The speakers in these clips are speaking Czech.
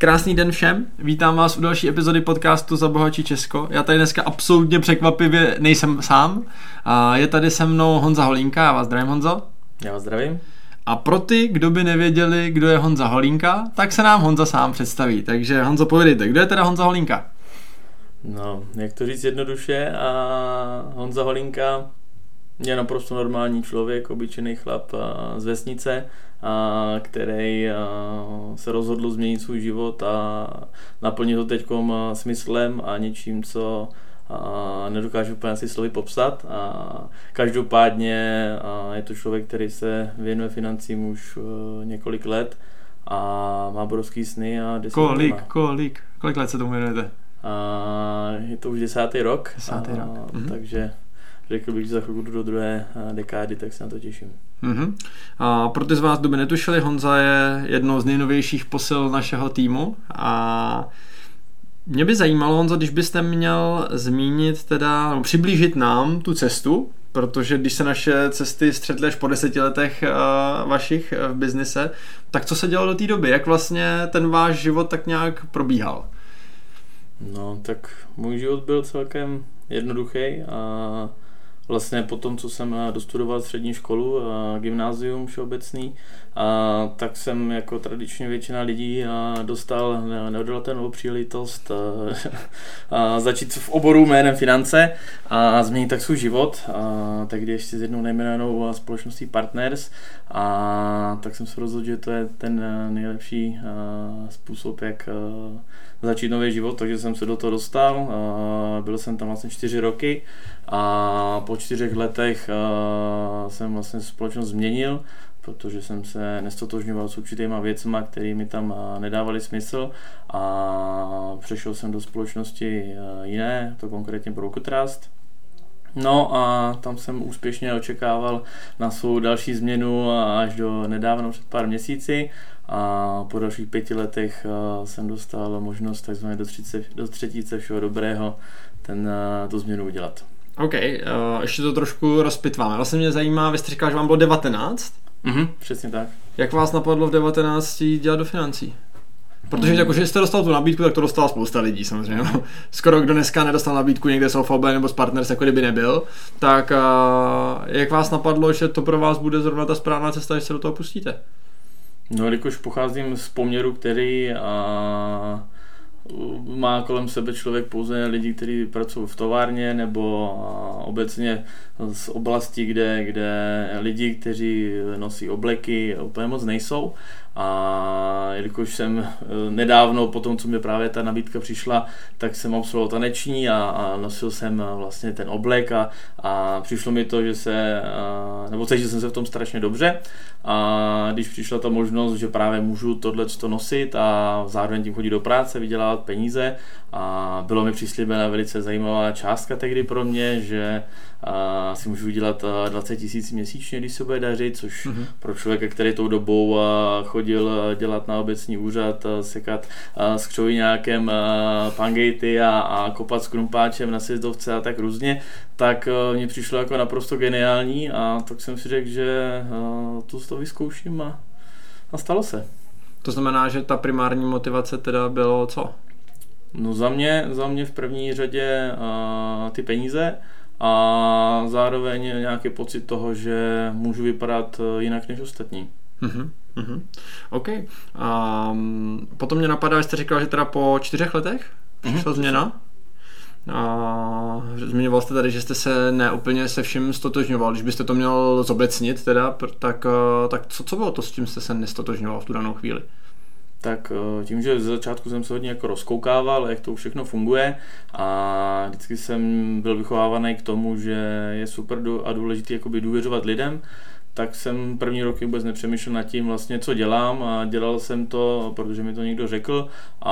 Krásný den všem, vítám vás u další epizody podcastu Zabohatí Česko. Já tady dneska absolutně překvapivě nejsem sám. Je tady se mnou Honza Holínka, já vás zdravím, Honzo. Já vás zdravím. A pro ty, kdo by nevěděli, kdo je Honza Holínka, tak se nám Honza sám představí. Takže Honzo, povědejte, kdo je teda Honza Holínka? No, jak to říct jednoduše, Honza Holínka je naprosto normální člověk, obyčejný chlap z vesnice, který se rozhodl změnit svůj život a naplnit ho teďkom smyslem a něčím, co nedokážu úplně asi slovy popsat. Každopádně je to člověk, který se věnuje financím už několik let a má obrovský sny a Kolik let se tomu věnujete? Je to už 10. rok. 10. rok. Takže řekl bych, že za chvilku jdu do druhé dekády, tak se na to těším. A pro ty z vás, kdo by netušili, Honza je jednou z nejnovějších posil našeho týmu a mě by zajímalo, Honzo, když byste měl zmínit přiblížit nám tu cestu, protože když se naše cesty střetly až po 10 letech vašich v biznise, tak co se dělo do té doby? Jak vlastně ten váš život tak nějak probíhal? No, tak můj život byl celkem jednoduchý a vlastně po tom, co jsem dostudoval střední školu, gymnázium všeobecný, tak jsem jako tradičně většina lidí dostal neodolatelnou příležitost začít v oboru jménem finance a změnit tak svůj život. Tehdy ještě s jednou nejmenovanou společností Partners, tak jsem se rozhodl, že to je ten nejlepší způsob, jak začít nový život, takže jsem se do toho dostal. Byl jsem tam vlastně 4 roky a po 4 letech jsem vlastně společnost změnil, protože jsem se nestotožňoval s určitýma věcma, které mi tam nedávaly smysl a přešel jsem do společnosti jiné, to konkrétně Broker Trust. No a tam jsem úspěšně očekával na svou další změnu až do nedávno před pár měsíci a po dalších 5 letech jsem dostal možnost takzvaně do třetice všeho dobrého tu změnu udělat. OK, ještě to trošku rozpitváme. Vlastně mě zajímá, vy jste říkal, že vám bylo 19? Přesně tak. Jak vás napadlo v 19 dělat do financí? Protože jakože jste dostal tu nabídku, tak to dostala spousta lidí samozřejmě. Skoro kdo dneska nedostal nabídku někde z OVB nebo z Partners, jako kdyby nebyl. Tak jak vás napadlo, že to pro vás bude zrovna ta správná cesta, že se do toho pustíte? No, jelikož pocházím z poměru, který má kolem sebe člověk pouze lidi, kteří pracují v továrně nebo obecně z oblasti, kde lidi, kteří nosí obleky, úplně moc nejsou. A jelikož jsem nedávno, po tom, co mi právě ta nabídka přišla, tak jsem absolvoval taneční a nosil jsem vlastně ten oblek a přišlo mi to, že cítil jsem se v tom strašně dobře. A když přišla ta možnost, že právě můžu tohleto nosit a zároveň tím chodit do práce, vydělávat peníze a bylo mi přislíbena velice zajímavá částka tehdy pro mě, že si můžu vydělat 20 000 měsíčně, když se bude dařit, což pro člověka, který tou dobou chodil dělat na obecní úřad, sekat s křoviňákem pangejty a kopat s krumpáčem na sjezdovce a tak různě, tak mně přišlo jako naprosto geniální a tak jsem si řekl, že to vyzkouším a stalo se. To znamená, že ta primární motivace teda bylo co? No za mě v první řadě ty peníze a zároveň nějaký pocit toho, že můžu vypadat jinak než ostatní. OK. Potom mě napadá, že jste říkal, že teda po 4 letech přišla změna. Zmiňoval jste tady, že jste se neúplně se vším stotožňoval. Když byste to měl zobecnit teda, tak co bylo to, s čím jste se nestotožňoval v tu danou chvíli? Tak tím, že ze začátku jsem se hodně jako rozkoukával, jak to všechno funguje a vždycky jsem byl vychovávaný k tomu, že je super a důležité jakoby důvěřovat lidem, tak jsem první roky vůbec nepřemýšlel nad tím vlastně, co dělám a dělal jsem to, protože mi to někdo řekl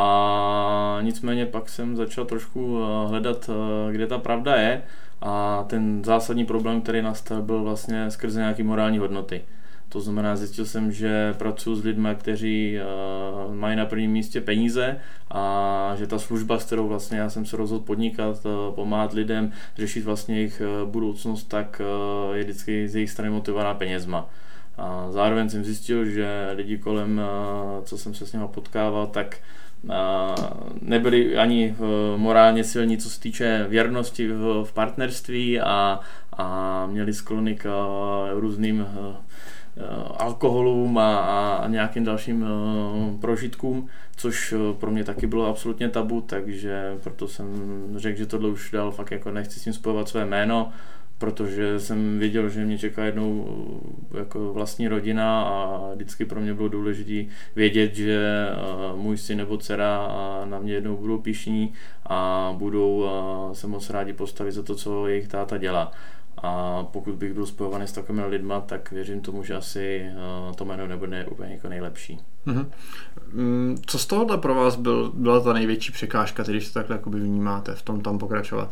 a nicméně pak jsem začal trošku hledat, kde ta pravda je a ten zásadní problém, který nastal, byl vlastně skrze nějaké morální hodnoty. To znamená, zjistil jsem, že pracuji s lidmi, kteří mají na prvním místě peníze a že ta služba, s kterou vlastně já jsem se rozhodl podnikat, pomáhat lidem, řešit vlastně jejich budoucnost, tak je vždycky z jejich strany motivovaná penězma. A zároveň jsem zjistil, že lidi kolem, co jsem se s nimi potkával, tak nebyli ani morálně silní, co se týče věrnosti v partnerství a měli sklony k různým alkoholům a nějakým dalším prožitkům, což pro mě taky bylo absolutně tabu, takže proto jsem řekl, že tohle už dál fakt jako nechci s tím spojovat své jméno, protože jsem věděl, že mě čeká jednou jako vlastní rodina a vždycky pro mě bylo důležité vědět, že můj syn nebo dcera na mě jednou budou pyšní a budou se moc rádi postavit za to, co jejich táta dělá. A pokud bych byl spojovaný s takovými lidma, tak věřím tomu, že asi to jméno nebude úplně jako nejlepší. Co z tohohle pro vás byla ta největší překážka, když to takhle jakoby vnímáte, v tom tam pokračovat?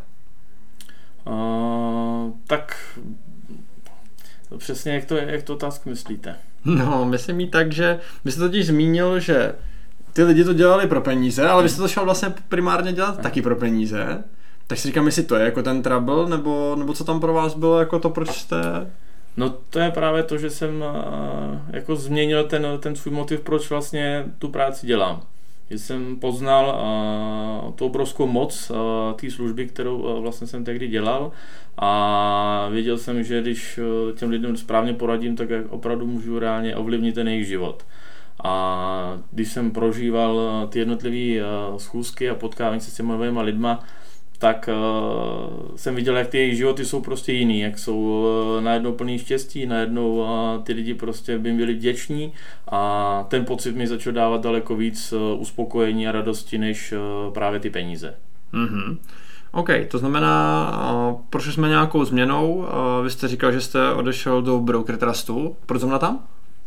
Tak přesně jak to otázku myslíte? No, myslím jí tak, že vy jste totiž zmínil, že ty lidi to dělali pro peníze, ale vy jste to šel vlastně primárně dělat taky pro peníze. Tak si říkám, jestli to je jako ten trouble, nebo co tam pro vás bylo jako to, proč jste... No to je právě to, že jsem jako změnil ten svůj motiv, proč vlastně tu práci dělám. Že jsem poznal tu obrovskou moc té služby, kterou vlastně jsem tehdy dělal a věděl jsem, že když těm lidem správně poradím, tak opravdu můžu reálně ovlivnit ten jejich život. A když jsem prožíval ty jednotlivé schůzky a potkávání se s těmi novými lidma, tak jsem viděl, jak ty jejich životy jsou prostě jiný, jak jsou najednou plný štěstí, najednou ty lidi prostě by byli vděční a ten pocit mi začal dávat daleko víc uspokojení a radosti, než právě ty peníze. Mm-hmm. OK, to znamená, prošli jsme nějakou změnou, vy jste říkal, že jste odešel do Broker Trustu, proč zrovna tam?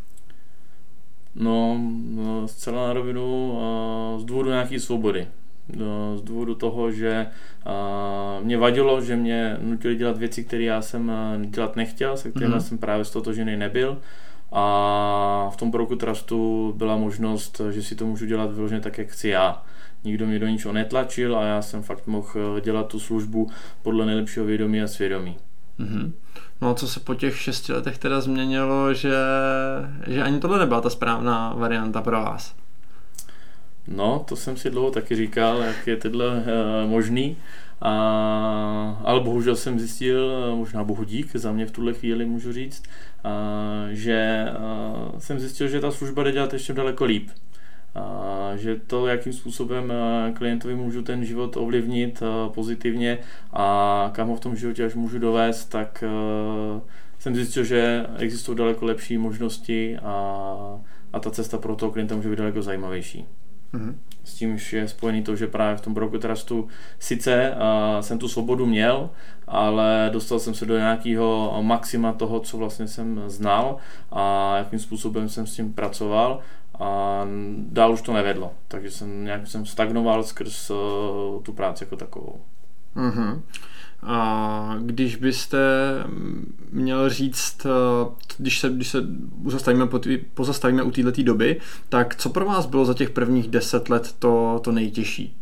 No, zcela na rovinu z důvodu nějaké svobody. Z důvodu toho, že mě vadilo, že mě nutili dělat věci, které já jsem dělat nechtěl, se kterými jsem právě stotožený nebyl. A v tom Broker Trustu byla možnost, že si to můžu dělat vyloženě tak, jak chci já. Nikdo mě do ničeho netlačil a já jsem fakt mohl dělat tu službu podle nejlepšího vědomí a svědomí. Mm-hmm. No a co se po těch 6 letech teda změnilo, že ani tohle nebyla ta správná varianta pro vás? No, to jsem si dlouho taky říkal, jak je tohle možný, ale bohužel jsem zjistil, možná bohu dík, za mě v tuhle chvíli můžu říct, že jsem zjistil, že ta služba jde dělat ještě daleko líp. Že to, jakým způsobem klientovi můžu ten život ovlivnit pozitivně a kam ho v tom životě až můžu dovést, tak jsem zjistil, že existují daleko lepší možnosti a ta cesta pro toho klienta může být daleko zajímavější. Mm-hmm. S tím je spojený to, že právě v tom Broker Trustu sice jsem tu svobodu měl, ale dostal jsem se do nějakého maxima toho, co vlastně jsem znal a jakým způsobem jsem s tím pracoval a dál už to nevedlo. Takže jsem stagnoval skrz tu práci jako takovou. Mm-hmm. A když byste měl říct, když se pozastavíme u této doby, tak co pro vás bylo za těch prvních 10 let to nejtěžší?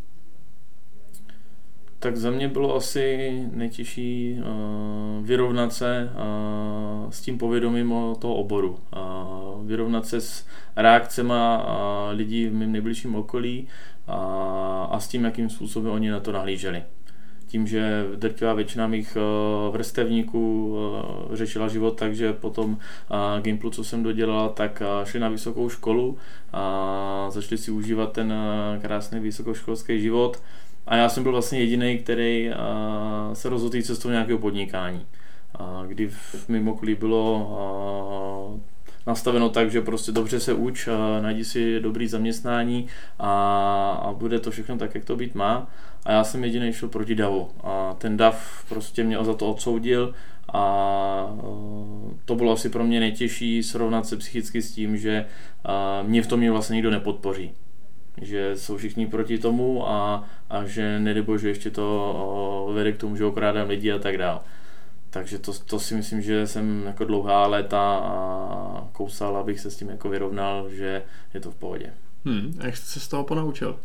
Tak za mě bylo asi nejtěžší vyrovnat se s tím povědomím toho oboru. Vyrovnat se s reakcema lidí v mém nejbližším okolí a s tím, jakým způsobem oni na to nahlíželi. Tím, že drtivá většina mých vrstevníků řešila život tak, že po tom Gimplu, co jsem dodělal, tak šli na vysokou školu a začali si užívat ten krásný vysokoškolský život. A já jsem byl vlastně jediný, který se rozhodl jít cestou nějakého podnikání. Kdy v mém okolí bylo nastaveno tak, že prostě dobře se uč, najdi si dobrý zaměstnání a bude to všechno tak, jak to být má. A já jsem jediný šel proti davu. A ten dav prostě mě za to odsoudil a to bylo asi pro mě nejtěžší srovnat se psychicky s tím, že mě v tom vlastně nikdo nepodpoří. Že jsou všichni proti tomu a že nedebo, že ještě to vede k tomu, že okrádám lidi a tak dále. Takže to si myslím, že jsem jako dlouhá léta kousal, abych se s tím jako vyrovnal, že je to v pohodě. A jak jste se z toho ponaučil?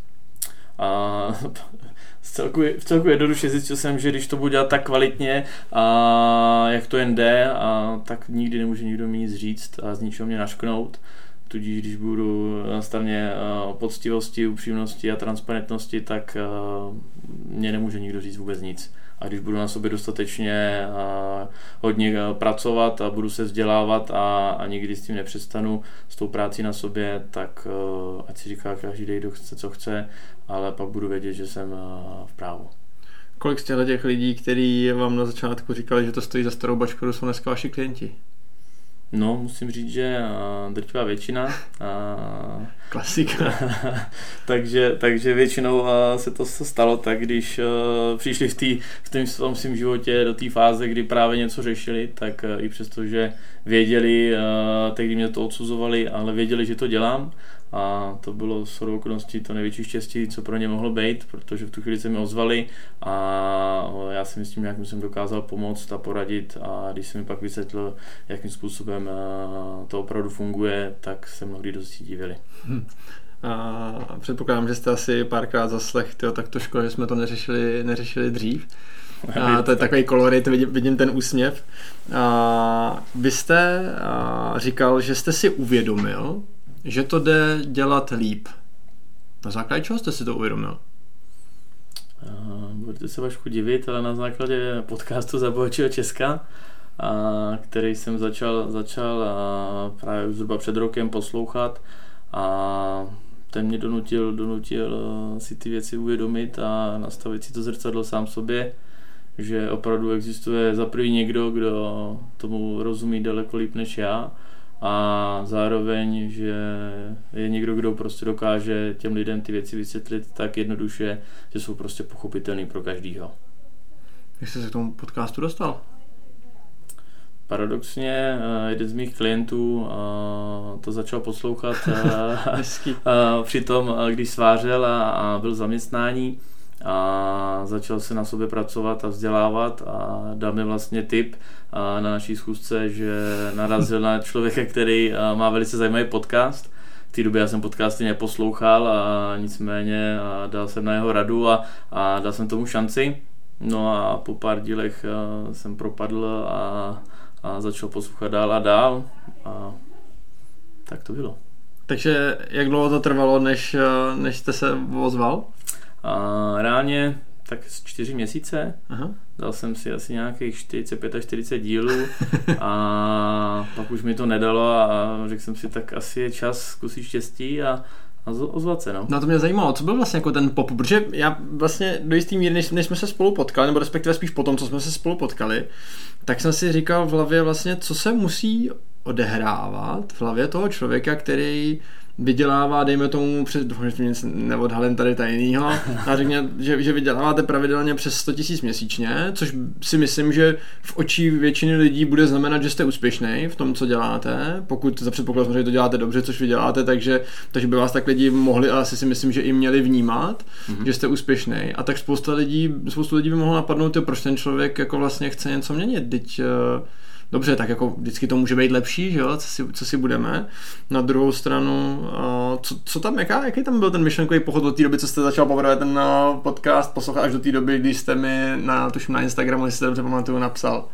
V celku jednoduše zjistil jsem, že když to budu dělat tak kvalitně, jak to jen jde, tak nikdy nemůže nikdo mi nic říct a z ničeho mě našknout. tudíž když budu na straně poctivosti, upřímnosti a transparentnosti, tak mě nemůže nikdo říct vůbec nic. A když budu na sobě dostatečně hodně pracovat a budu se vzdělávat a nikdy s tím nepřestanu, s tou prácí na sobě, tak ať si říká každý den, kdo chce, co chce, ale pak budu vědět, že jsem v právu. Kolik z těch lidí, kteří vám na začátku říkali, že to stojí za starou bačkoru, jsou dneska vaši klienti? No, musím říct, že drtivá většina. Klasika. takže většinou se to stalo tak, když přišli v tom svém životě do té fáze, kdy právě něco řešili, tak i přesto, že věděli, tehdy mě to odsuzovali, ale věděli, že to dělám. A to bylo shodou okolností to největší štěstí, co pro ně mohlo být, protože v tu chvíli se mi ozvali a já si myslím, jak jsem dokázal pomoct a poradit, a když jsem mi pak vysvětlil, jakým způsobem to opravdu funguje, tak se mnohdy dost divili. A předpokládám, že jste asi párkrát zaslech, tak to škoda, že jsme to neřešili dřív. A to je takový kolorit, vidím ten úsměv. Vy jste říkal, že jste si uvědomil, že to jde dělat líp. Na základě čeho jste si to uvědomil? Budete se Vašku divit, ale na základě podcastu Zabojičího Česka, který jsem začal právě zhruba před rokem poslouchat, a ten mě donutil si ty věci uvědomit a nastavit si to zrcadlo sám sobě, že opravdu existuje za první někdo, kdo tomu rozumí daleko líp než já, a zároveň, že je někdo, kdo prostě dokáže těm lidem ty věci vysvětlit tak jednoduše, že jsou prostě pochopitelný pro každýho. Jak jste se k tomu podcastu dostal? Paradoxně jeden z mých klientů to začal poslouchat při tom, když svářel a byl v zaměstnání, a začal se na sobě pracovat a vzdělávat a dal mi vlastně tip na naší schůzce, že narazil na člověka, který má velice zajímavý podcast. V té době já jsem podcasty neposlouchal, a nicméně dal jsem na jeho radu a dal jsem tomu šanci. No a po pár dílech jsem propadl a začal poslouchat dál a dál, a tak to bylo. Takže jak dlouho to trvalo, než jste se ozval? Reálně tak 4 měsíce. Aha. Dal jsem si asi nějakých 45 až 40 dílů a pak už mi to nedalo a řekl jsem si, tak asi je čas zkusit štěstí a ozvat se. No, to mě zajímalo, co byl vlastně jako ten pop, protože já vlastně do jistý míry, než jsme se spolu potkali, nebo respektive spíš potom, co jsme se spolu potkali, tak jsem si říkal v hlavě vlastně, co se musí odehrávat v hlavě toho člověka, který vydělává, dejme tomu, doufám, že nic neodhalím tady tajnýho, a řekně, že vyděláváte pravidelně přes 100 000 měsíčně, což si myslím, že v očí většiny lidí bude znamenat, že jste úspěšný v tom, co děláte, pokud za předpoklad, že to děláte dobře, což vy děláte, takže by vás tak lidi mohli, ale asi si myslím, že i měli vnímat, že jste úspěšný. A tak spoustu lidí by mohlo napadnout, proč ten člověk jako vlastně chce něco měnit, dobře, tak jako vždycky to může být lepší, že jo, co si budeme. Na druhou stranu, co tam, jaký tam byl ten myšlenkový pochod od té doby, co jste začal poprvé ten podcast poslouchat, až do té doby, kdy jste mi tuším na Instagramu, jestli se dobře pamatuju, napsal?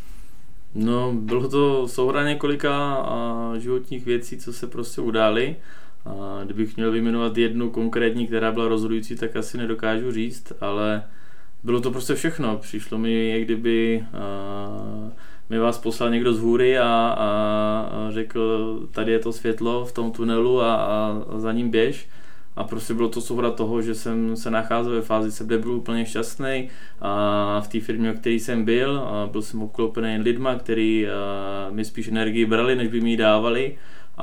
No, bylo to souhra několika životních věcí, co se prostě udály. Kdybych měl vyjmenovat jednu konkrétní, která byla rozhodující, tak asi nedokážu říct, ale bylo to prostě všechno. Přišlo mi, jak kdyby mi vás poslal někdo z hůry a řekl, tady je to světlo v tom tunelu a za ním běž. A prostě bylo to souhra toho, že jsem se nacházel ve fázi, kde byl úplně šťastný a v té firmě, o které jsem byl jsem obklopený lidma, který mi spíš energii brali, než by mi ji dávali.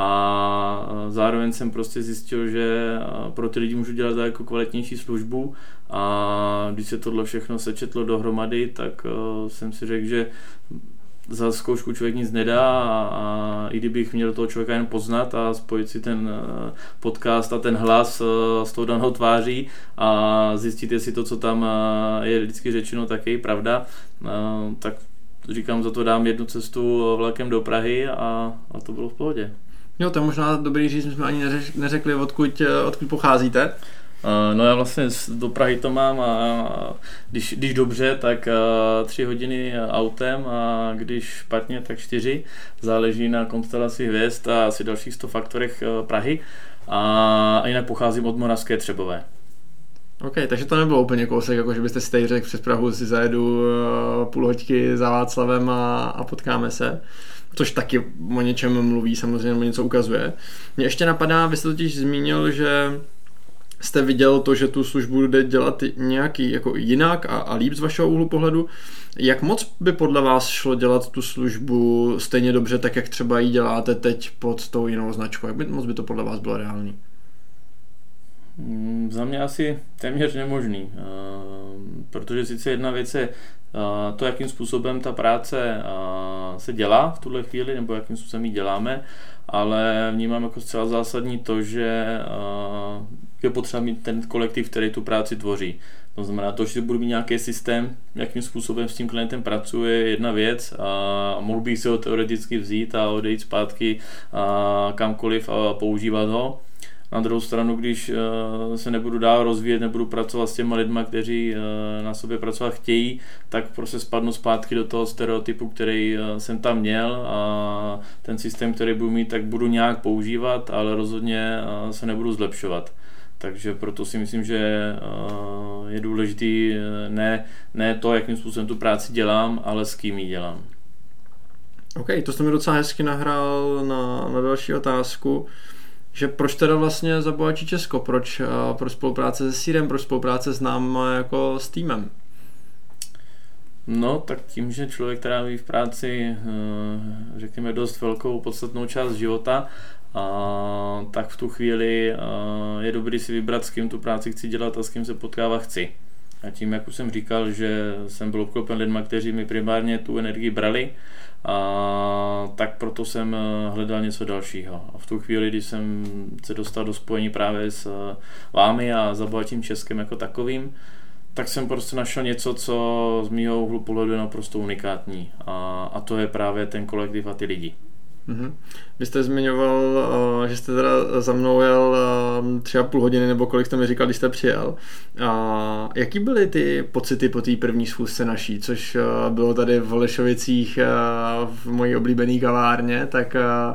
A zároveň jsem prostě zjistil, že pro ty lidi můžu dělat daleko kvalitnější službu, a když se tohle všechno sečetlo dohromady, tak jsem si řekl, že za zkoušku člověk nic nedá, a i kdybych měl toho člověka jen poznat a spojit si ten podcast a ten hlas s tou danou tváří a zjistit, jestli to, co tam je vždycky řečeno, tak je pravda, tak říkám, za to dám jednu cestu vlakem do Prahy a to bylo v pohodě. Jo, to je možná dobrý říct, my jsme ani neřekli, odkud pocházíte. No já vlastně do Prahy to mám a když dobře, tak 3 hodiny autem a když špatně, tak 4. Záleží na konstelaci hvězd a asi dalších 100 faktorech Prahy. A jinak pocházím od Moravské Třebové. OK, takže to nebylo úplně kousek, jako že byste si tady řekl přes Prahu si zajedu půl hoďky za Václavem a potkáme se. Což taky o něčem mluví, samozřejmě o něco ukazuje. Mě ještě napadá, vy jste totiž zmínil, že jste viděl to, že tu službu jde dělat nějaký jako jinak a líp z vašeho úhlu pohledu. Jak moc by podle vás šlo dělat tu službu stejně dobře, tak jak třeba ji děláte teď pod tou jinou značkou? Jak moc by to podle vás bylo reálný? Za mě asi téměř nemožný, protože sice jedna věc je to, jakým způsobem ta práce se dělá v tuhle chvíli, nebo jakým způsobem ji děláme, ale vnímám jako zcela zásadní to, že je potřeba mít ten kolektiv, který tu práci tvoří. To znamená to, že budu mít nějaký systém, jakým způsobem s tím klientem pracuje, jedna věc a mohl bych si ho teoreticky vzít a odejít zpátky kamkoliv a používat ho. Na druhou stranu, když se nebudu dál rozvíjet, nebudu pracovat s těma lidma, kteří na sobě pracovat chtějí, tak prostě spadnu zpátky do toho stereotypu, který jsem tam měl a ten systém, který budu mít, tak budu nějak používat, ale rozhodně se nebudu zlepšovat. Takže proto si myslím, že je důležitý ne to, jakým způsobem tu práci dělám, ale s kým ji dělám. OK, to jste mi docela hezky nahrál na další otázku. Že proč teda vlastně Zabohači Česko? Proč spolupráce se Sírem, proč spolupráce s námi jako s týmem? No, tak tím, že člověk tráví v práci, řekněme, dost velkou podstatnou část života, tak v tu chvíli je dobrý si vybrat, s kým tu práci chci dělat a s kým se potkávat chci. A tím, jak už jsem říkal, že jsem byl obklopen lidma, kteří mi primárně tu energii brali, tak proto jsem hledal něco dalšího. A v tu chvíli, když jsem se dostal do spojení právě s vámi a Zabohatím Českem jako takovým, tak jsem prostě našel něco, co z mýho úhlu pohledu je naprosto unikátní. A to je právě ten kolektiv a ty lidi. Mm-hmm. Vy jste zmiňoval, že jste teda za mnou jel 3,5 hodiny, nebo kolik jste mi říkal, když jste přijel. Jaký byly ty pocity po té první schůzce naší, což bylo tady v Holešovicích v mojí oblíbené kavárně, tak...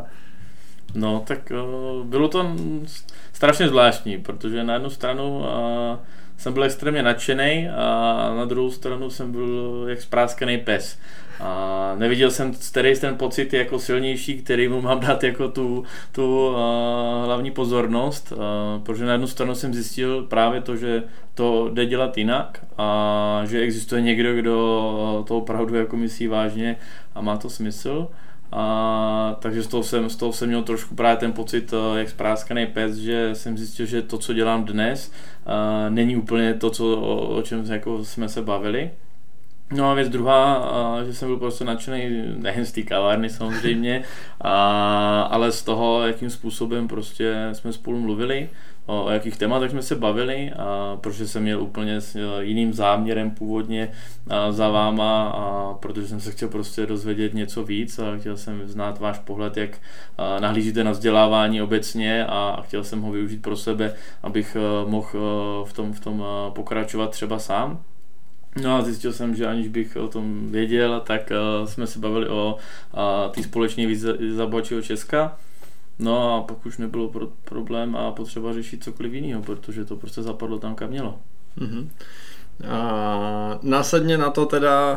No, tak bylo to strašně zvláštní, protože na jednu stranu jsem byl extrémně nadšený a na druhou stranu jsem byl jak spráskaný pes. A neviděl jsem, který ten pocit je jako silnější, který mu mám dát jako tu hlavní pozornost, protože na jednu stranu jsem zjistil právě to, že to jde dělat jinak a že existuje někdo, kdo to opravdu jako myslí vážně a má to smysl. Takže z toho jsem měl trošku právě ten pocit, jak spráskaný pes, že jsem zjistil, že to, co dělám dnes, není úplně to, o čem jako jsme se bavili. No a věc druhá, že jsem byl prostě nadšený nejen z té kavárny samozřejmě, ale z toho, jakým způsobem prostě jsme spolu mluvili, o jakých tématech jsme se bavili, protože jsem měl úplně s jiným záměrem původně za váma, protože jsem se chtěl prostě dozvědět něco víc a chtěl jsem znát váš pohled, jak nahlížíte na vzdělávání obecně a chtěl jsem ho využít pro sebe, abych mohl v tom pokračovat třeba sám. No a zjistil jsem, že aniž bych o tom věděl, tak jsme se bavili o té společné vizi Zabohačího Česka. No a pak už nebylo problém a potřeba řešit cokoliv jiného, protože to prostě zapadlo tam, kam mělo. Mm-hmm. Následně na to teda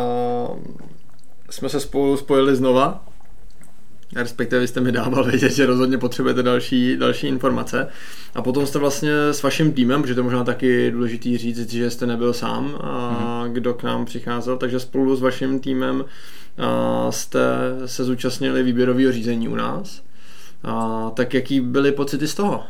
jsme se spolu spojili znova, respektive vy jste mi dával vědět, že rozhodně potřebujete další informace. A potom jste vlastně s vaším týmem, protože to je možná taky důležitý říct, že jste nebyl sám, kdo k nám přicházel, takže spolu s vaším týmem jste se zúčastnili výběrového řízení u nás. Tak jaký byly pocity z toho?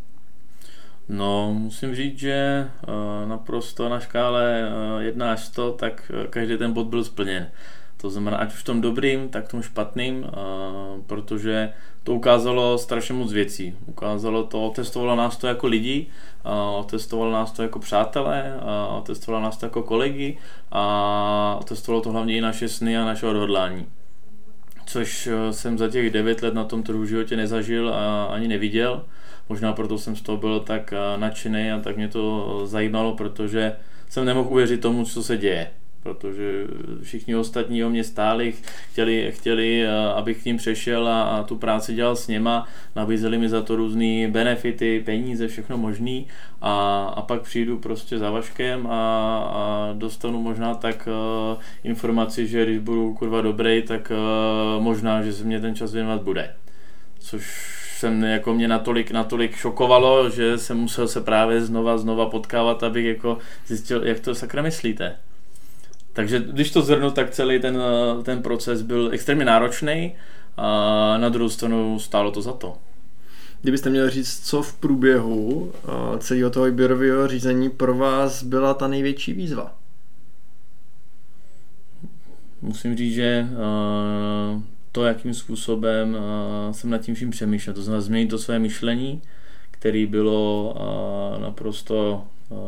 No, musím říct, že naprosto na škále 1 až 100, tak každý ten bod byl splněn. To znamená, ať už v tom dobrým, tak v tom špatným, protože to ukázalo strašně moc věcí. Testovalo nás to jako lidi, testovalo nás to jako přátelé, testovalo nás to jako kolegy a testovalo to hlavně i naše sny a naše odhodlání. Což jsem za těch 9 let na tom trhu v životě nezažil a ani neviděl. možná proto jsem z toho byl tak nadšený a tak mě to zajímalo, protože jsem nemohl uvěřit tomu, co se děje. Protože všichni ostatní o mě stáli, chtěli, abych k ním přešel a tu práci dělal s něma, nabízeli mi za to různý benefity, peníze, všechno možný a pak přijdu prostě za Vaškem a dostanu možná tak informaci, že když budu kurva dobrý, tak možná, že se mě ten čas věnovat bude. Což jako mě natolik šokovalo, že jsem musel se právě znova potkávat, abych jako zjistil, jak to sakra myslíte. Takže když to zhrnu, tak celý ten proces byl extrémně náročný a na druhou stranu stálo to za to. Kdybyste měli říct, co v průběhu celého toho výběrového řízení pro vás byla ta největší výzva? Musím říct, že to, jakým způsobem jsem nad tím vším přemýšlel, to znamená změnit to své myšlení, které bylo naprosto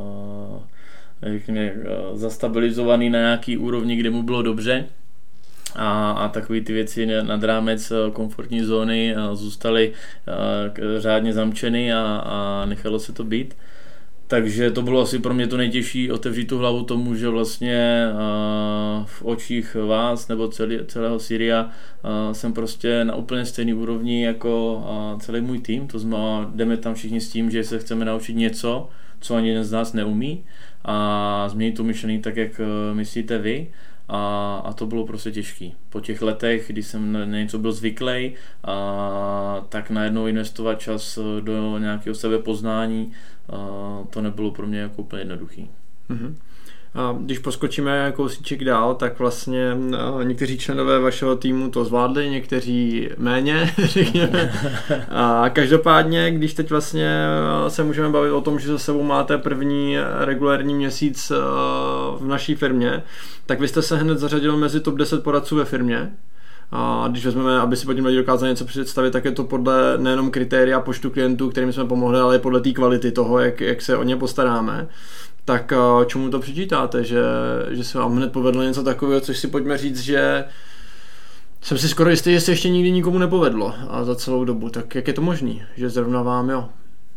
zastabilizovaný na nějaký úrovni, kde mu bylo dobře a takové ty věci nad rámec komfortní zóny zůstaly řádně zamčeny a nechalo se to být. Takže to bylo asi pro mě to nejtěžší, otevřít tu hlavu tomu, že vlastně v očích vás nebo celého Syria jsem prostě na úplně stejný úrovni jako celý můj tým, to znamená, jdeme tam všichni s tím, že se chceme naučit něco, co ani jeden z nás neumí a změnit tu myšlení tak, jak myslíte vy a to bylo prostě těžký. Po těch letech, kdy jsem na něco byl zvyklý, tak najednou investovat čas do nějakého sebepoznání, to nebylo pro mě jako úplně jednoduchý. Mm-hmm. A když poskočíme kousíček dál, tak vlastně někteří členové vašeho týmu to zvládli, někteří méně, řekněme. A každopádně, když teď vlastně se můžeme bavit o tom, že za sebou máte první regulární měsíc v naší firmě, tak vy jste se hned zařadil mezi top 10 poradců ve firmě. A když vezmeme, aby si pod tím lidi dokázali něco představit, tak je to podle nejenom kritéria počtu klientů, kterým jsme pomohli, ale i podle té kvality toho, jak se o ně postaráme. Tak čemu to přičítáte, že se vám hned povedlo něco takového, což si pojďme říct, že jsem si skoro jistý, že se ještě nikdy nikomu nepovedlo a za celou dobu. Tak jak je to možný, že zrovna vám jo?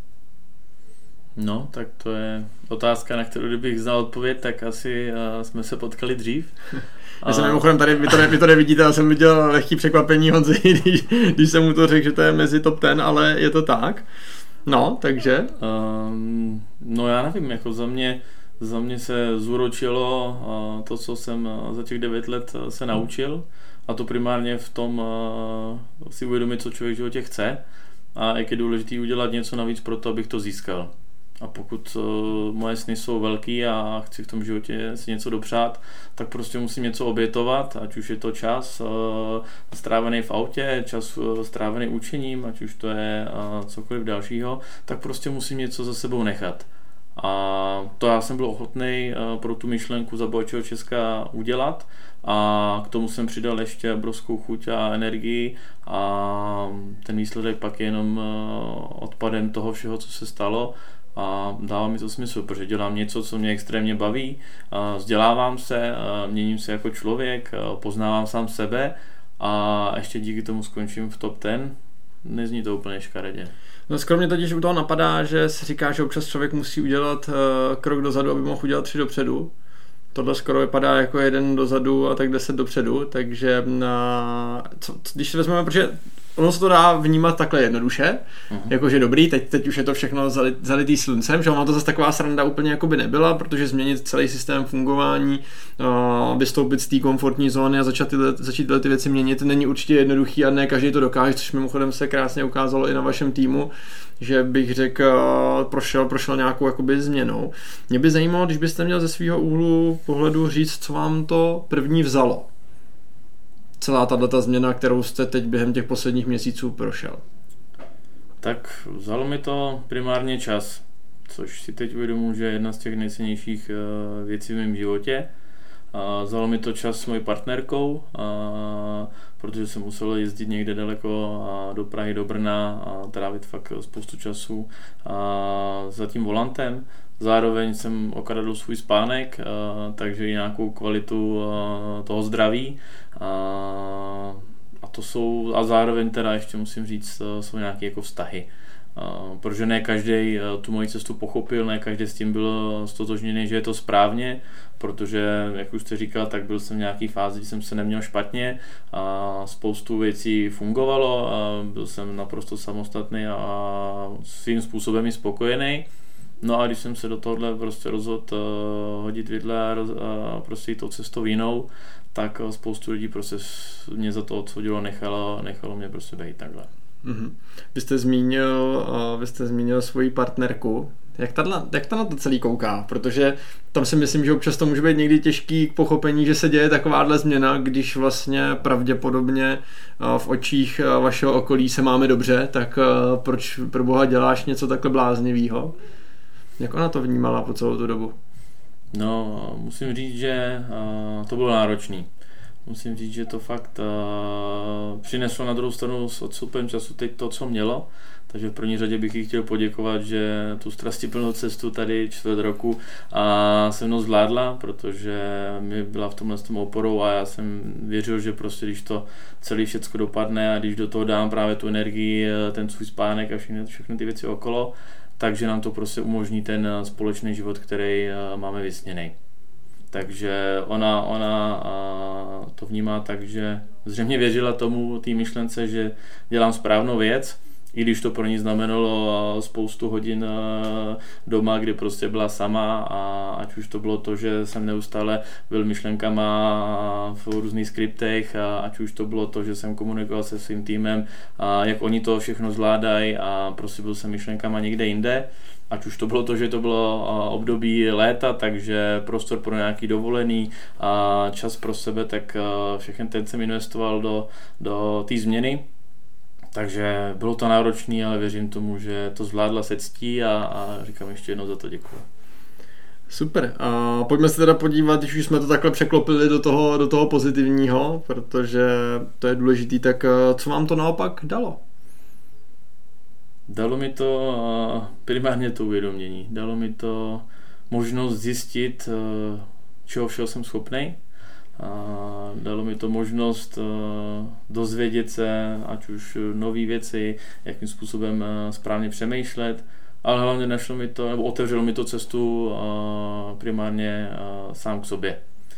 No, tak to je otázka, na kterou kdybych znal odpověď, tak asi jsme se potkali dřív. Já jsem mimochodem tady, vy to nevidíte, já jsem viděl lehký překvapení Honzy, když jsem mu to řekl, že to je mezi top 10, ale je to tak. No, takže? No já nevím, jako za mě se zúročilo to, co jsem za těch 9 let se naučil, a to primárně v tom si uvědomit, co člověk v životě chce a jak je důležité udělat něco navíc pro to, abych to získal. A pokud moje sny jsou velký a chci v tom životě si něco dopřát, tak prostě musím něco obětovat, ať už je to čas strávený v autě, čas strávený učením, ať už to je cokoliv dalšího, tak prostě musím něco za sebou nechat. A to já jsem byl ochotný pro tu myšlenku Zabojčího Česka udělat a k tomu jsem přidal ještě obrovskou chuť a energii a ten výsledek pak je jenom odpadem toho všeho, co se stalo. A dává mi to smysl, protože dělám něco, co mě extrémně baví, vzdělávám se, měním se jako člověk, poznávám sám sebe a ještě díky tomu skončím v top 10. Nezní to úplně škaredě. No skoro mě totiž u toho napadá, že se říká, že občas člověk musí udělat krok dozadu, aby mohl udělat 3 dopředu. Tohle skoro vypadá jako 1 dozadu a tak 10 dopředu, takže když se vezmeme, protože ono se to dá vnímat takhle jednoduše, jakože dobrý, teď už je to všechno zalitý sluncem, že ono to zase taková sranda úplně jako by nebyla, protože změnit celý systém fungování, vystoupit z té komfortní zóny a začít tyhle ty věci měnit není určitě jednoduchý a ne každý to dokáže, což mimochodem se krásně ukázalo i na vašem týmu, že bych řekl, prošel nějakou jakoby změnou. Mě by zajímalo, když byste měl ze svého úhlu pohledu říct, co vám to první vzalo. Celá tato změna, kterou jste teď během těch posledních měsíců prošel. Tak vzalo mi to primárně čas, což si teď uvědomuji, že je jedna z těch nejcennějších věcí v mém životě. Vzalo mi to čas s mojí partnerkou, protože jsem musel jezdit někde daleko do Prahy, do Brna a trávit fakt spoustu času za tím volantem. Zároveň jsem okradl svůj spánek, takže i nějakou kvalitu toho zdraví. A zároveň teda ještě musím říct, jsou nějaké jako vztahy. protože ne každý tu moji cestu pochopil, ne každý s tím byl stotožněný, že je to správně, protože, jak už jste říkal, tak byl jsem v nějaký fázi, kdy jsem se neměl špatně a spoustu věcí fungovalo a byl jsem naprosto samostatný a svým způsobem i spokojený. No a když jsem se do tohohle prostě rozhodl hodit vidle a prostě jít tou cestou jinou, tak spoustu lidí prostě mě za to odsoudilo, nechalo mě prostě být takhle. Mm-hmm. Vy jste zmínil svoji partnerku. Jak ta na to celý kouká? Protože tam si myslím, že občas to může být někdy těžký k pochopení, že se děje takováhle změna, když vlastně pravděpodobně v očích vašeho okolí se máme dobře, tak proč pro boha děláš něco takhle bláznivýho? Jak ona to vnímala po celou tu dobu? No, musím říct, že to bylo náročný. Musím říct, že to fakt přineslo na druhou stranu s odstupem času teď to, co mělo. Takže v první řadě bych jí chtěl poděkovat, že tu strastiplnou cestu tady 4 roku se mnou zvládla, protože mi byla v tomhle s tom oporou a já jsem věřil, že prostě když to celé všecko dopadne a když do toho dám právě tu energii, ten svůj spánek a všechny ty věci okolo, takže nám to prostě umožní ten společný život, který máme vysněný. Takže ona to vnímá tak, že zřejmě věřila tomu, té myšlence, že dělám správnou věc, i když to pro ní znamenalo spoustu hodin doma, kdy prostě byla sama a ať už to bylo to, že jsem neustále byl myšlenkama v různých skriptech a ať už to bylo to, že jsem komunikoval se svým týmem, jak oni to všechno zvládají a prostě byl jsem myšlenkama někde jinde. Ať už to bylo to, že to bylo období léta, takže prostor pro nějaký dovolený a čas pro sebe, tak všechny ten jsem investoval do té změny. Takže bylo to náročné, ale věřím tomu, že to zvládla se ctí a říkám ještě jednou za to děkuji. Super. A pojďme se teda podívat, když už jsme to takhle překlopili do toho pozitivního, protože to je důležitý, tak co vám to naopak dalo? Dalo mi to primárně to uvědomění. Dalo mi to možnost zjistit, čeho všeho jsem schopnej. Dalo mi to možnost dozvědět se, ať už nové věci, jakým způsobem správně přemýšlet, ale hlavně našlo mi to, nebo otevřelo mi to cestu primárně sám k sobě.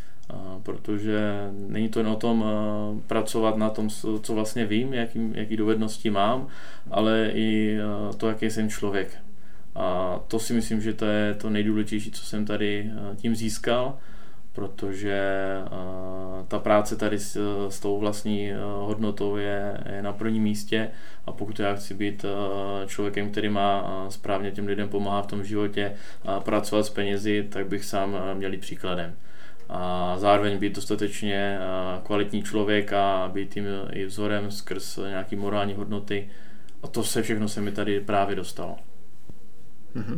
Protože není to jen o tom pracovat na tom, co vlastně vím, jaký dovednosti mám, ale i to, jaký jsem člověk. A to si myslím, že to je to nejdůležitější, co jsem tady tím získal, protože ta práce tady s tou vlastní hodnotou je na prvním místě a pokud já chci být člověkem, který má správně těm lidem pomáhat v tom životě a pracovat s penězi, tak bych sám měl jít příkladem. A zároveň být dostatečně kvalitní člověk a být tím i vzorem skrz nějaký morální hodnoty. A to všechno se mi tady právě dostalo. Mm-hmm.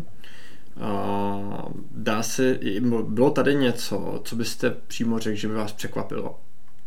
Bylo tady něco, co byste přímo řekl, že by vás překvapilo?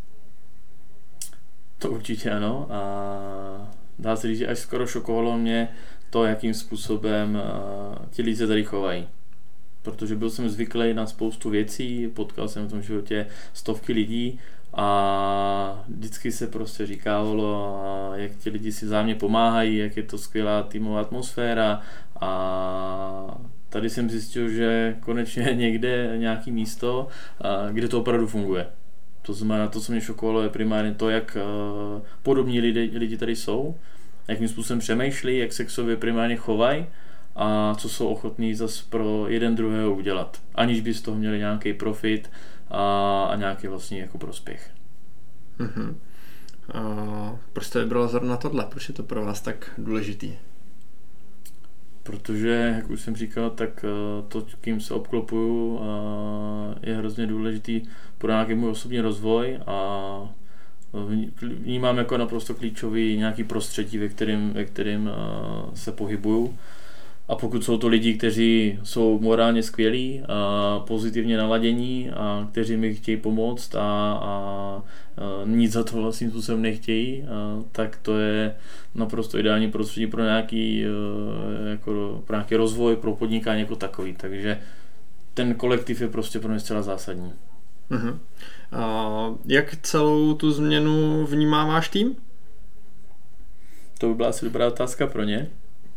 To určitě ano. A dá se říct, že až skoro šokovalo mě to, jakým způsobem ti lidi se tady chovají. Protože byl jsem zvyklý na spoustu věcí, potkal jsem v tom životě stovky lidí a vždycky se prostě říkávalo, jak ti lidi si vzájemně pomáhají, jak je to skvělá týmová atmosféra a tady jsem zjistil, že konečně někde nějaký místo, kde to opravdu funguje. To znamená, to, co mě šokovalo, je primárně to, jak podobní lidi tady jsou, jakým způsobem přemýšlí, jak se k sobě primárně chovají a co jsou ochotní zase pro jeden druhého udělat, aniž by z toho měli nějaký profit a nějaký vlastní jako prospěch. Mm-hmm. Proč jste vybral zrovna tohle? Proč je to pro vás tak důležitý? Protože, jak už jsem říkal, tak to, kým se obklopuju, je hrozně důležitý pro nějaký můj osobní rozvoj a vnímám jako naprosto klíčový nějaký prostředí, ve kterém se pohybuju. A pokud jsou to lidi, kteří jsou morálně skvělí, pozitivně naladění a kteří mi chtějí pomoct a nic za to vlastním způsobem nechtějí, tak to je naprosto ideální prostředí pro nějaký rozvoj, pro podnikání jako takový. Takže ten kolektiv je prostě pro mě zcela zásadní. Uh-huh. Jak celou tu změnu vnímá váš tým? To by byla asi dobrá otázka pro ně.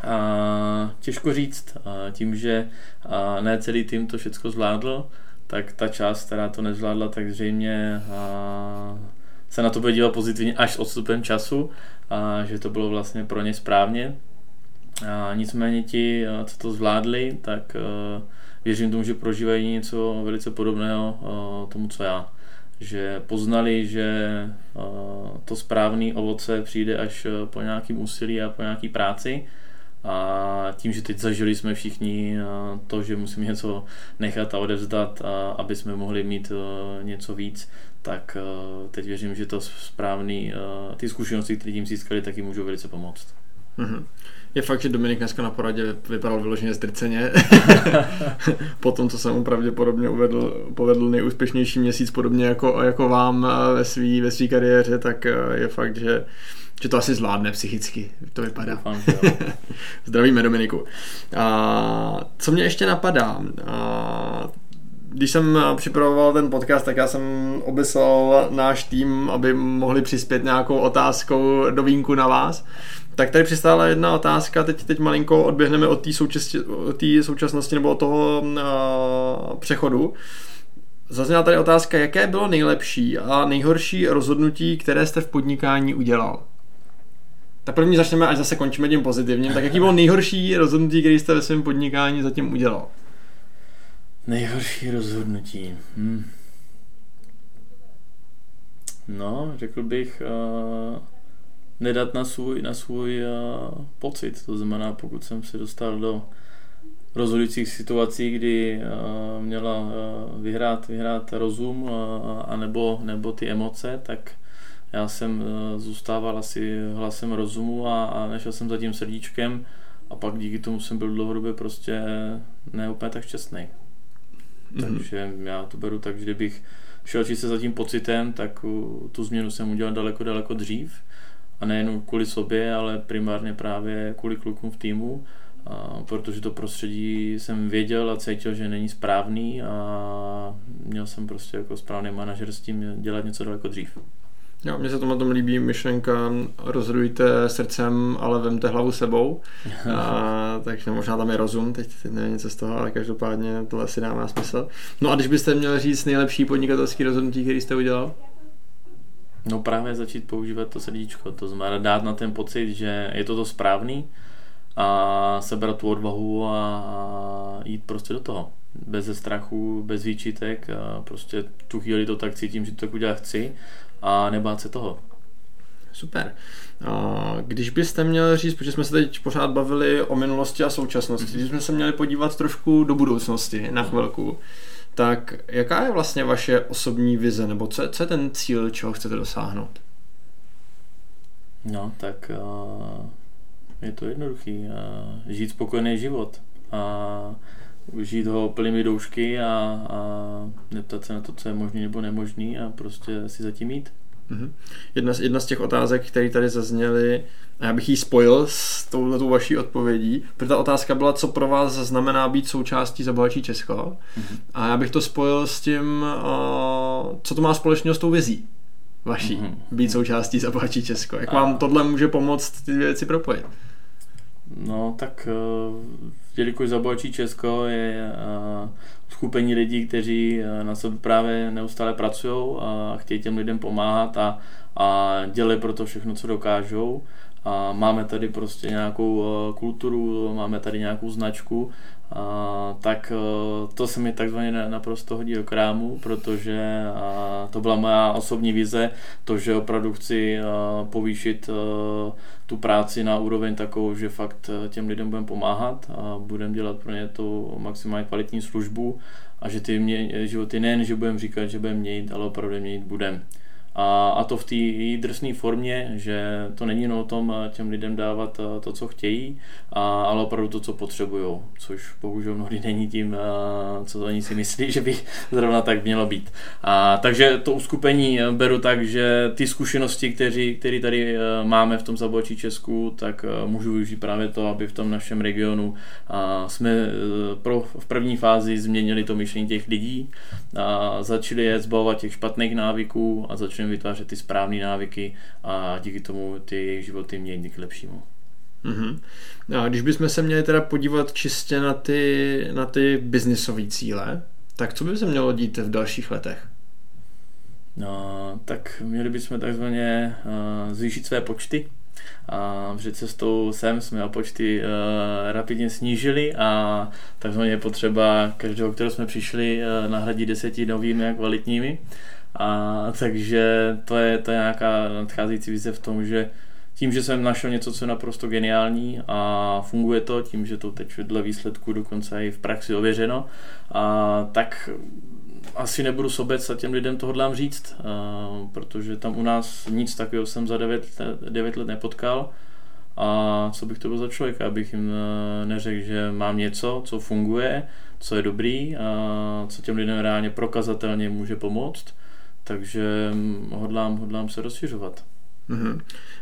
Těžko říct, tím, že ne celý tým to všechno zvládl, tak ta část, která to nezvládla, tak zřejmě se na to bude dívat pozitivně až s odstupem času, že to bylo vlastně pro ně správně. Nicméně ti, co to zvládli, tak věřím tomu, že prožívají něco velice podobného tomu, co já. Že poznali, že to správné ovoce přijde až po nějakém úsilí a po nějaké práci. A tím, že teď zažili jsme všichni to, že musíme něco nechat a odevzdat, aby jsme mohli mít něco víc, tak teď věřím, že to správný, ty zkušenosti, které tím získali, taky můžou velice pomoct. Mm-hmm. Je fakt, že Dominik dneska na poradě vypadal vyloženě zdrceně. Po tom, co jsem mu pravděpodobně povedl nejúspěšnější měsíc, podobně jako vám ve své kariéře, tak je fakt, že to asi zvládne psychicky, to vypadá. Zdravíme, Dominiku. Co mě ještě napadá? Když jsem připravoval ten podcast, tak já jsem obeslal náš tým, aby mohli přispět nějakou otázkou do vínku na vás. Tak tady přistála jedna otázka, teď malinko odběhneme od té současnosti nebo od toho přechodu. Zazněla tady otázka, jaké bylo nejlepší a nejhorší rozhodnutí, které jste v podnikání udělal? Tak první začneme, až zase končíme tím pozitivním. Tak jaký bylo nejhorší rozhodnutí, které jste ve svém podnikání zatím udělal? Nejhorší rozhodnutí. No, řekl bych nedat na svůj pocit. To znamená, pokud jsem se dostal do rozhodujících situací, kdy měla vyhrát rozum nebo ty emoce, tak já jsem zůstával asi hlasem rozumu a nešel jsem za tím srdíčkem a pak díky tomu jsem byl dlouhodobě prostě ne úplně tak šťastný. Mm-hmm. Takže já to beru tak, že kdybych šel čistě za tím pocitem, tak tu změnu jsem udělal daleko dřív a nejen kvůli sobě, ale primárně právě kvůli klukům v týmu, protože to prostředí jsem věděl a cítil, že není správný a měl jsem prostě jako správný manažer s tím dělat něco daleko dřív. Jo, mně se to na tom líbí myšlenka, rozhodujte srdcem, ale vemte hlavu sebou. Takže možná tam je rozum, teď nevím něco z toho, ale každopádně tohle si dává smysl. No a když byste měl říct nejlepší podnikatelský rozhodnutí, který jste udělal? No právě začít používat to srdíčko, to znamená dát na ten pocit, že je to správný a sebrat tu odvahu a jít prostě do toho. Bez strachu, bez výčitek a prostě tu chvíli to tak cítím, že to tak udělat chci a nebát se toho. Super. Když byste měl říct, protože jsme se teď pořád bavili o minulosti a současnosti, když jsme se měli podívat trošku do budoucnosti na chvilku, tak jaká je vlastně vaše osobní vize, nebo co je ten cíl, čeho chcete dosáhnout? No, tak je to jednoduchý. Žít spokojený život. Žít ho plnými doušky a neptat se na to, co je možný nebo nemožný a prostě si zatím jít. Jedna z těch otázek, které tady zazněly, a já bych ji spojil s touhletou vaší odpovědí, protože ta otázka byla, co pro vás znamená být součástí Zabohatí Česko. A já bych to spojil s tím, co to má společného s tou vizí vaší, být součástí Zabohatí Česko. Jak vám tohle může pomoct ty dvě věci propojit? No tak jelikož Zabohatí Česko je skupení lidí, kteří na sebe právě neustále pracují a chtějí těm lidem pomáhat a dělají pro to všechno, co dokážou. A máme tady prostě nějakou kulturu, máme tady nějakou značku, tak to se mi takzvaně naprosto hodí do krámu, protože to byla moja osobní vize, to, že opravdu chci povýšit tu práci na úroveň takovou, že fakt těm lidem budeme pomáhat a budeme dělat pro ně tu maximálně kvalitní službu a že ty životy nejen, že budeme říkat, že budeme měnit, ale opravdu měnit budeme. A to v té drsné formě, že to není jen o tom těm lidem dávat to, co chtějí, ale opravdu to, co potřebují, což bohužel mnohdy není tím, co oni si myslí, že by zrovna tak mělo být. Takže to uskupení beru tak, že ty zkušenosti, které tady máme v tom Zabohatí Česku, tak můžu využít právě to, aby v tom našem regionu jsme v první fázi změnili to myšlení těch lidí, začali je zbavovat těch špatných návyků a začali vytvářet ty správné návyky a díky tomu ty jejich životy mění k lepšímu. Mm-hmm. A když bychom se měli teda podívat čistě na ty biznisové cíle, tak co by se mělo dít v dalších letech? No, tak měli bychom takzvaně zvýšit své počty. Před cestou sem jsme počty rapidně snížili a takzvaně potřeba každého, kterého jsme přišli, nahradit 10 novými a kvalitními. Takže to je nějaká nadcházející vize v tom, že tím, že jsem našel něco, co je naprosto geniální a funguje to, tím, že to teď dle výsledku dokonce i v praxi ověřeno, tak asi nebudu sobec a těm lidem to hodlám říct, protože tam u nás nic takového jsem za 9 let nepotkal. A co bych to byl za člověka, abych jim neřekl, že mám něco, co funguje, co je dobrý, co těm lidem reálně prokazatelně může pomoct, takže hodlám se rozšiřovat. Mm-hmm.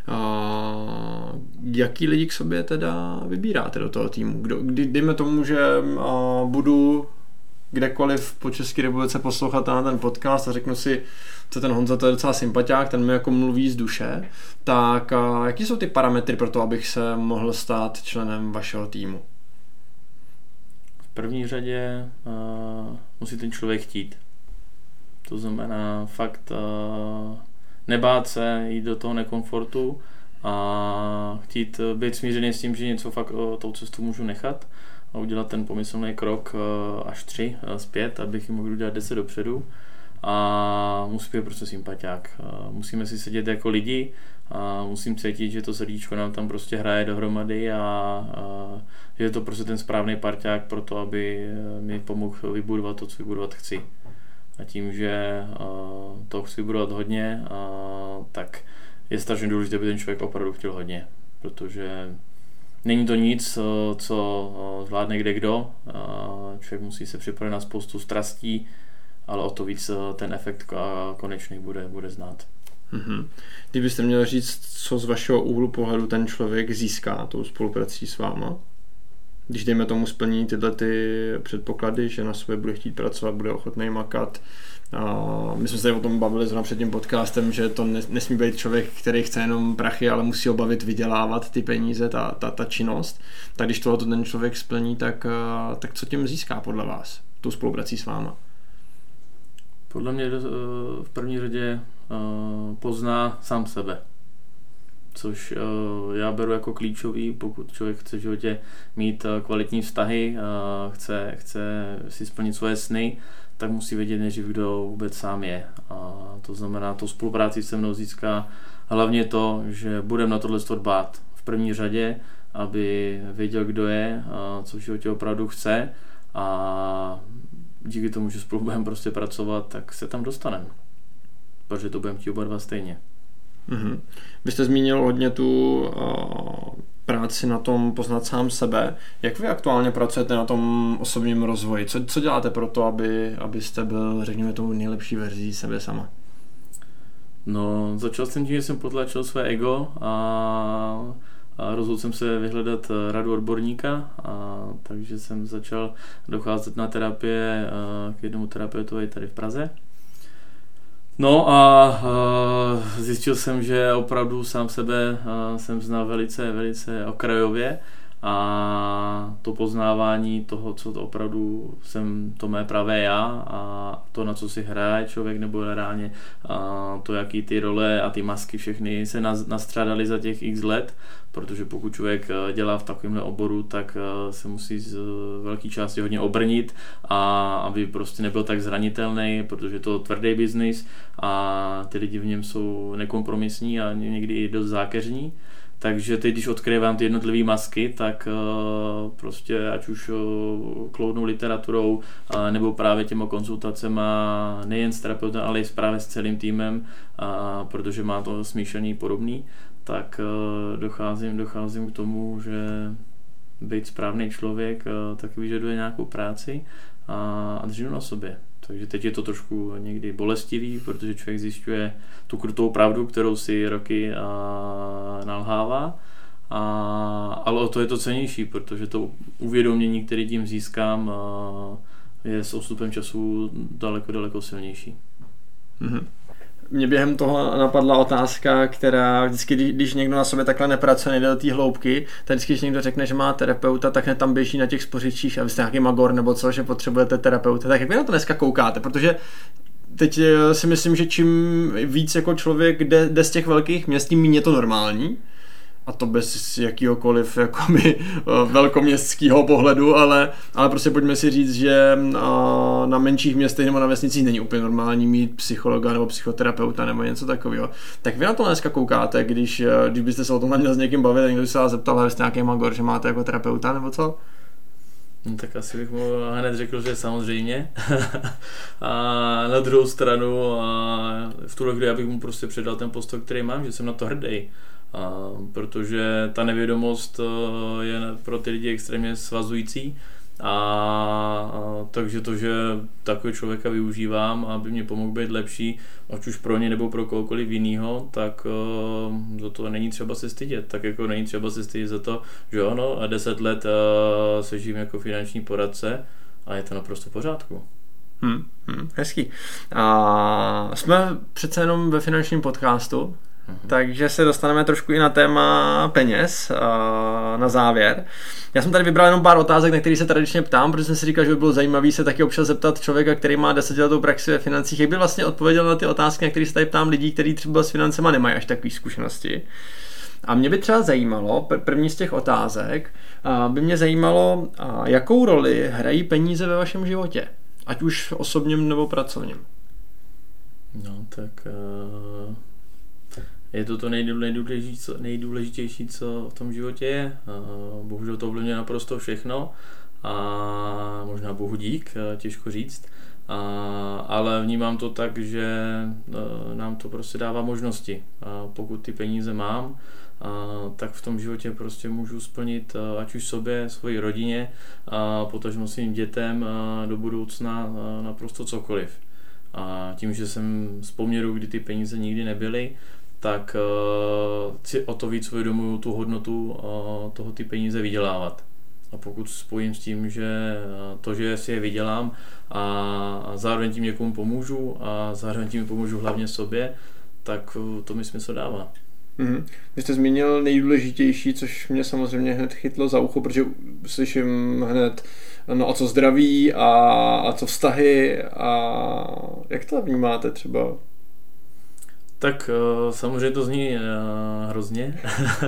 Jaký lidi k sobě teda vybíráte do toho týmu? Dejme tomu, že budu kdekoliv po České republice poslouchat na ten podcast a řeknu si, co ten Honza, to je docela sympatiák, ten mi jako mluví z duše, tak jaký jsou ty parametry pro to, abych se mohl stát členem vašeho týmu? V první řadě musí ten člověk chtít. To znamená fakt nebát se jít do toho nekomfortu a chtít být smířený s tím, že něco fakt tou cestu můžu nechat a udělat ten pomyslný krok až 3 zpět, abych ji mohl udělat 10 dopředu. A musí být prostě sympatiák. Musíme si sedět jako lidi a musím cítit, že to srdíčko nám tam prostě hraje dohromady a že je to prostě ten správný parťák pro to, aby mi pomohl vybudovat to, co vybudovat chci. A tím, že to chci budovat hodně, tak je strašně důležité, aby ten člověk opravdu chtěl hodně, protože není to nic, co zvládne kdekdo. Člověk musí se připravit na spoustu strastí, ale o to víc ten efekt konečný bude znát. Mm-hmm. Kdybyste měli říct, co z vašeho úhlu pohledu ten člověk získá tou spoluprací s váma? Když dejme tomu splní tyhle ty předpoklady, že na sobě bude chtít pracovat, bude ochotný makat. My jsme se tady o tom bavili zrovna před tím podcastem, že to nesmí být člověk, který chce jenom prachy, ale musí ho bavit vydělávat ty peníze, ta činnost. Tak když tohoto ten člověk splní, tak co tím získá podle vás, tou spoluprací s váma? Podle mě v první řadě pozná sám sebe, což já beru jako klíčový, pokud člověk chce v životě mít kvalitní vztahy, chce si splnit svoje sny, tak musí vědět nejdřív, kdo vůbec sám je. A to znamená, to spolupráci se mnou získá hlavně to, že budeme na tohle dbát v první řadě, aby věděl, kdo je, co v životě opravdu chce a díky tomu, že spolu budeme prostě pracovat, tak se tam dostaneme. Protože to budeme chtít oba dva stejně. Mm-hmm. Vy jste zmínil hodně tu práci na tom poznat sám sebe. Jak vy aktuálně pracujete na tom osobním rozvoji? Co děláte pro to, abyste byl, řekněme, tou nejlepší verzí sebe sama? No, začal jsem tím, že jsem potlačil své ego a rozhodl jsem se vyhledat radu odborníka, takže jsem začal docházet na terapie k jednomu terapeutovi tady v Praze. No a zjistil jsem, že opravdu sám sebe jsem znal velice, velice okrajově a to poznávání toho, co to opravdu jsem to mé pravé já a to, na co si hraje člověk nebo reálně to, jaký ty role a ty masky všechny se nastřádaly za těch x let, protože pokud člověk dělá v takovémhle oboru, tak se musí z velké části hodně obrnit a aby prostě nebyl tak zranitelný, protože je to tvrdý biznis a ty lidi v něm jsou nekompromisní a někdy i dost zákeřní. Takže teď, když odkryvám ty jednotlivé masky, tak prostě ať už kloudnou literaturou nebo právě těma konzultacema nejen s terapeutem, ale i právě s celým týmem, protože má to smíšený podobný, tak docházím k tomu, že být správný člověk taky vyžaduje nějakou práci a dřinu na sobě. Takže teď je to trošku někdy bolestivý, protože člověk zjišťuje tu krutou pravdu, kterou si roky nalhává, ale o to je to cennější, protože to uvědomění, které tím získám, je s odstupem času daleko silnější. Mm-hmm. mě během toho napadla otázka, která vždycky, když někdo na sobě takhle nepracuje, nejde do té hloubky, tak vždycky, když někdo řekne, že má terapeuta, tak hned tam běží na těch spořičích a vy jste nějaký magor nebo co, že potřebujete terapeuta. Tak jak vy na to dneska koukáte? Protože teď si myslím, že čím víc jako člověk jde z těch velkých měst, tím méně je to normální. A to bez jakýhokoliv jakoby, velkoměstského pohledu, ale prostě pojďme si říct, že na menších městech nebo na vesnicích není úplně normální mít psychologa nebo psychoterapeuta nebo něco takového. Tak vy na to dneska koukáte, když byste se o tom měl s někým bavit a někdo se vás zeptal, jestli nějaký magor, že máte jako terapeuta nebo co? No, tak asi bych mu hned řekl, že samozřejmě. A na druhou stranu v tuhle chvíli já bych mu prostě předal ten postoj, který mám, že jsem na to hrdý. Protože ta nevědomost je pro ty lidi extrémně svazující takže to, že takového člověka využívám, aby mě pomohl být lepší, ať už pro ně nebo pro kohokoliv jinýho, tak za to není třeba se stydět. Tak jako není třeba se stydět za to, že ano, 10 let se žijím jako finanční poradce a je to naprosto v pořádku. Hezký. Jsme přece jenom ve finančním podcastu, takže se dostaneme trošku i na téma peněz na závěr. Já jsem tady vybral jenom pár otázek, na které se tradičně ptám, protože jsem si říkal, že by bylo zajímavé se taky občas zeptat člověka, který má 10letou praxi ve financích, jak by vlastně odpověděl na ty otázky, na které se tady ptám lidí, kteří třeba s financema nemají až takové zkušenosti. A mě by třeba zajímalo, první z těch otázek, by mě zajímalo, jakou roli hrají peníze ve vašem životě, ať už osobním nebo pracovním. No tak... Je to nejdůležitější, co v tom životě je. Bohužel to ovlivňuje naprosto všechno a možná bohu dík, těžko říct. Ale vnímám to tak, že nám to prostě dává možnosti. Pokud ty peníze mám, tak v tom životě prostě můžu splnit ať už sobě, svojí rodině, potažmo svým dětem do budoucna naprosto cokoliv. A tím, že jsem z poměru, kdy ty peníze nikdy nebyly, tak si o to víc uvědomuju tu hodnotu toho ty peníze vydělávat. A pokud spojím s tím, že to, že si je vydělám a zároveň tím někomu pomůžu a zároveň tím pomůžu hlavně sobě, tak to mi smysl dává. Vy jste zmínil nejdůležitější, což mě samozřejmě hned chytlo za ucho, protože slyším hned, no a co zdraví a co vztahy a jak to vnímáte třeba? Tak samozřejmě to zní hrozně,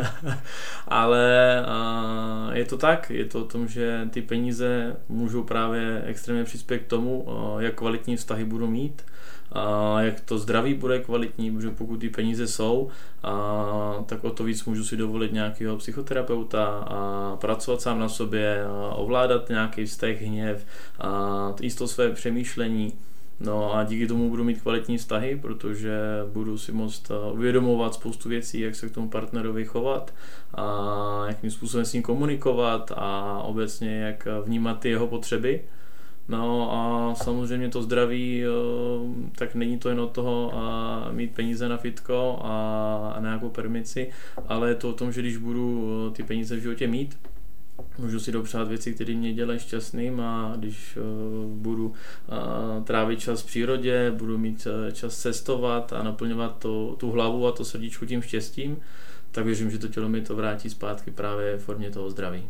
ale je to tak, je to o tom, že ty peníze můžou právě extrémně přispět k tomu, jak kvalitní vztahy budu mít, jak to zdraví bude kvalitní, protože pokud ty peníze jsou, tak o to víc můžu si dovolit nějakého psychoterapeuta a pracovat sám na sobě, ovládat nějaký vztah, hněv, jíst to své přemýšlení. No a díky tomu budu mít kvalitní vztahy, protože budu si moct uvědomovat spoustu věcí, jak se k tomu partnerovi chovat a jakým způsobem s ním komunikovat a obecně jak vnímat ty jeho potřeby. No a samozřejmě to zdraví, tak není to jen o toho mít peníze na fitko a na nějakou permici, ale je to o tom, že když budu ty peníze v životě mít, můžu si dopřát věci, které mě dělají šťastným a když budu trávit čas v přírodě, budu mít čas cestovat a naplňovat tu hlavu a to srdíčko tím štěstím, tak věřím, že to tělo mi to vrátí zpátky právě v formě toho zdraví.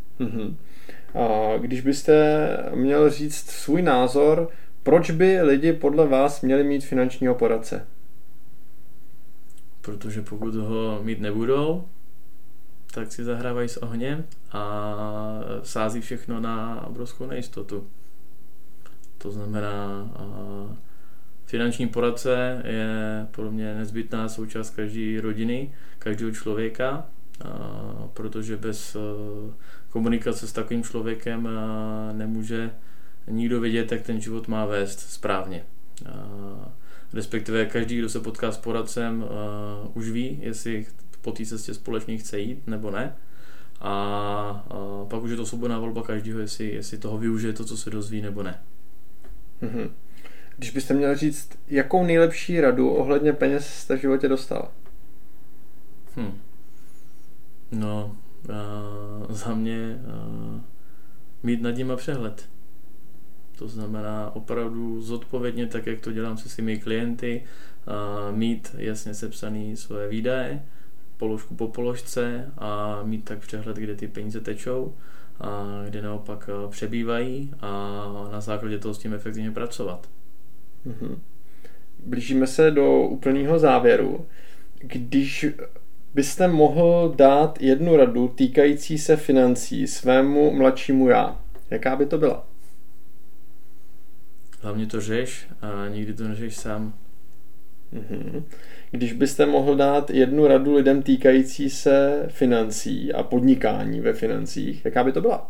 A když byste měl říct svůj názor, proč by lidi podle vás měli mít finančního poradce? Protože pokud ho mít nebudou, tak si zahrávají s ohněm a sází všechno na obrovskou nejistotu. To znamená, finanční poradce je pro mě nezbytná součást každé rodiny, každého člověka, protože bez komunikace s takovým člověkem nemůže nikdo vědět, jak ten život má vést správně. Respektive každý, kdo se potká s poradcem, už ví, jestli po té cestě společně chce jít nebo ne. A pak už je to svobodná volba každého, jestli toho využije to, co se dozví, nebo ne. Když byste měl říct, jakou nejlepší radu ohledně peněz jste v životě dostal? No, za mě mít nad nima přehled. To znamená opravdu zodpovědně, tak jak to dělám se svými klienty, mít jasně sepsaný svoje výdaje, položku po položce a mít tak přehled, kde ty peníze tečou a kde naopak přebývají a na základě toho s tím efektivně pracovat. Blížíme se do úplného závěru. Když byste mohl dát jednu radu týkající se financí svému mladšímu já, jaká by to byla? Hlavně to řeš a nikdy to neřeš sám. Když byste mohl dát jednu radu lidem týkající se financí a podnikání ve financích, jaká by to byla?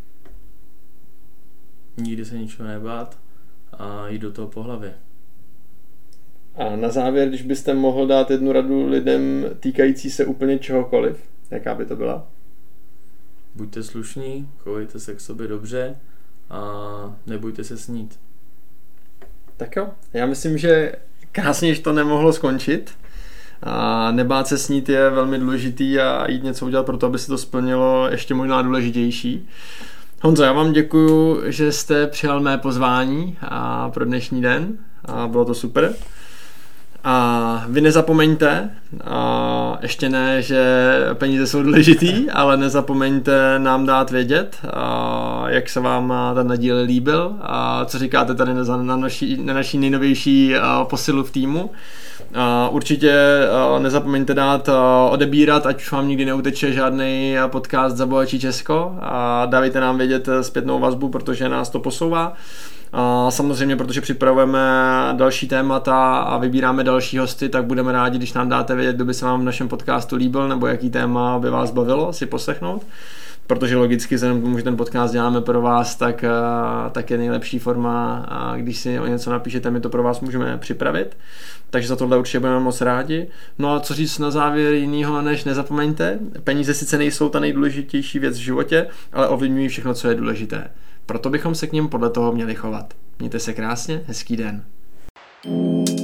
Nikdy se ničeho nebát a jít do toho po hlavě. A na závěr, když byste mohl dát jednu radu lidem týkající se úplně čehokoliv, jaká by to byla? Buďte slušní, chovejte se k sobě dobře a nebojte se snít. Tak jo, já myslím, že krásně to nemohlo skončit. A nebát se snít je velmi důležitý a jít něco udělat pro to, aby se to splnilo, ještě možná důležitější. Honzo, já vám děkuju, že jste přijal mé pozvání pro dnešní den a bylo to super. A vy nezapomeňte, ještě ne, že peníze jsou důležitý, ale nezapomeňte nám dát vědět, jak se vám ten díl líbil a co říkáte tady na naší nejnovější posilu v týmu. Určitě nezapomeňte dát odebírat, ať už vám nikdy neuteče žádný podcast za Bohatší Česko a dávejte nám vědět zpětnou vazbu, protože nás to posouvá. Samozřejmě, protože připravujeme další témata a vybíráme další hosty, tak budeme rádi, když nám dáte vědět, kdo by se vám v našem podcastu líbil nebo jaký téma by vás bavilo si poslechnout. Protože logicky, vzhledem k tomu, že ten podcast děláme pro vás, tak je nejlepší forma, když si o něco napíšete, my to pro vás můžeme připravit. Takže za tohle určitě budeme moc rádi. No a co říct na závěr jinýho, než nezapomeňte, peníze sice nejsou ta nejdůležitější věc v životě, ale ovlivňují všechno, co je důležité. Proto bychom se k nim podle toho měli chovat. Mějte se krásně, hezký den.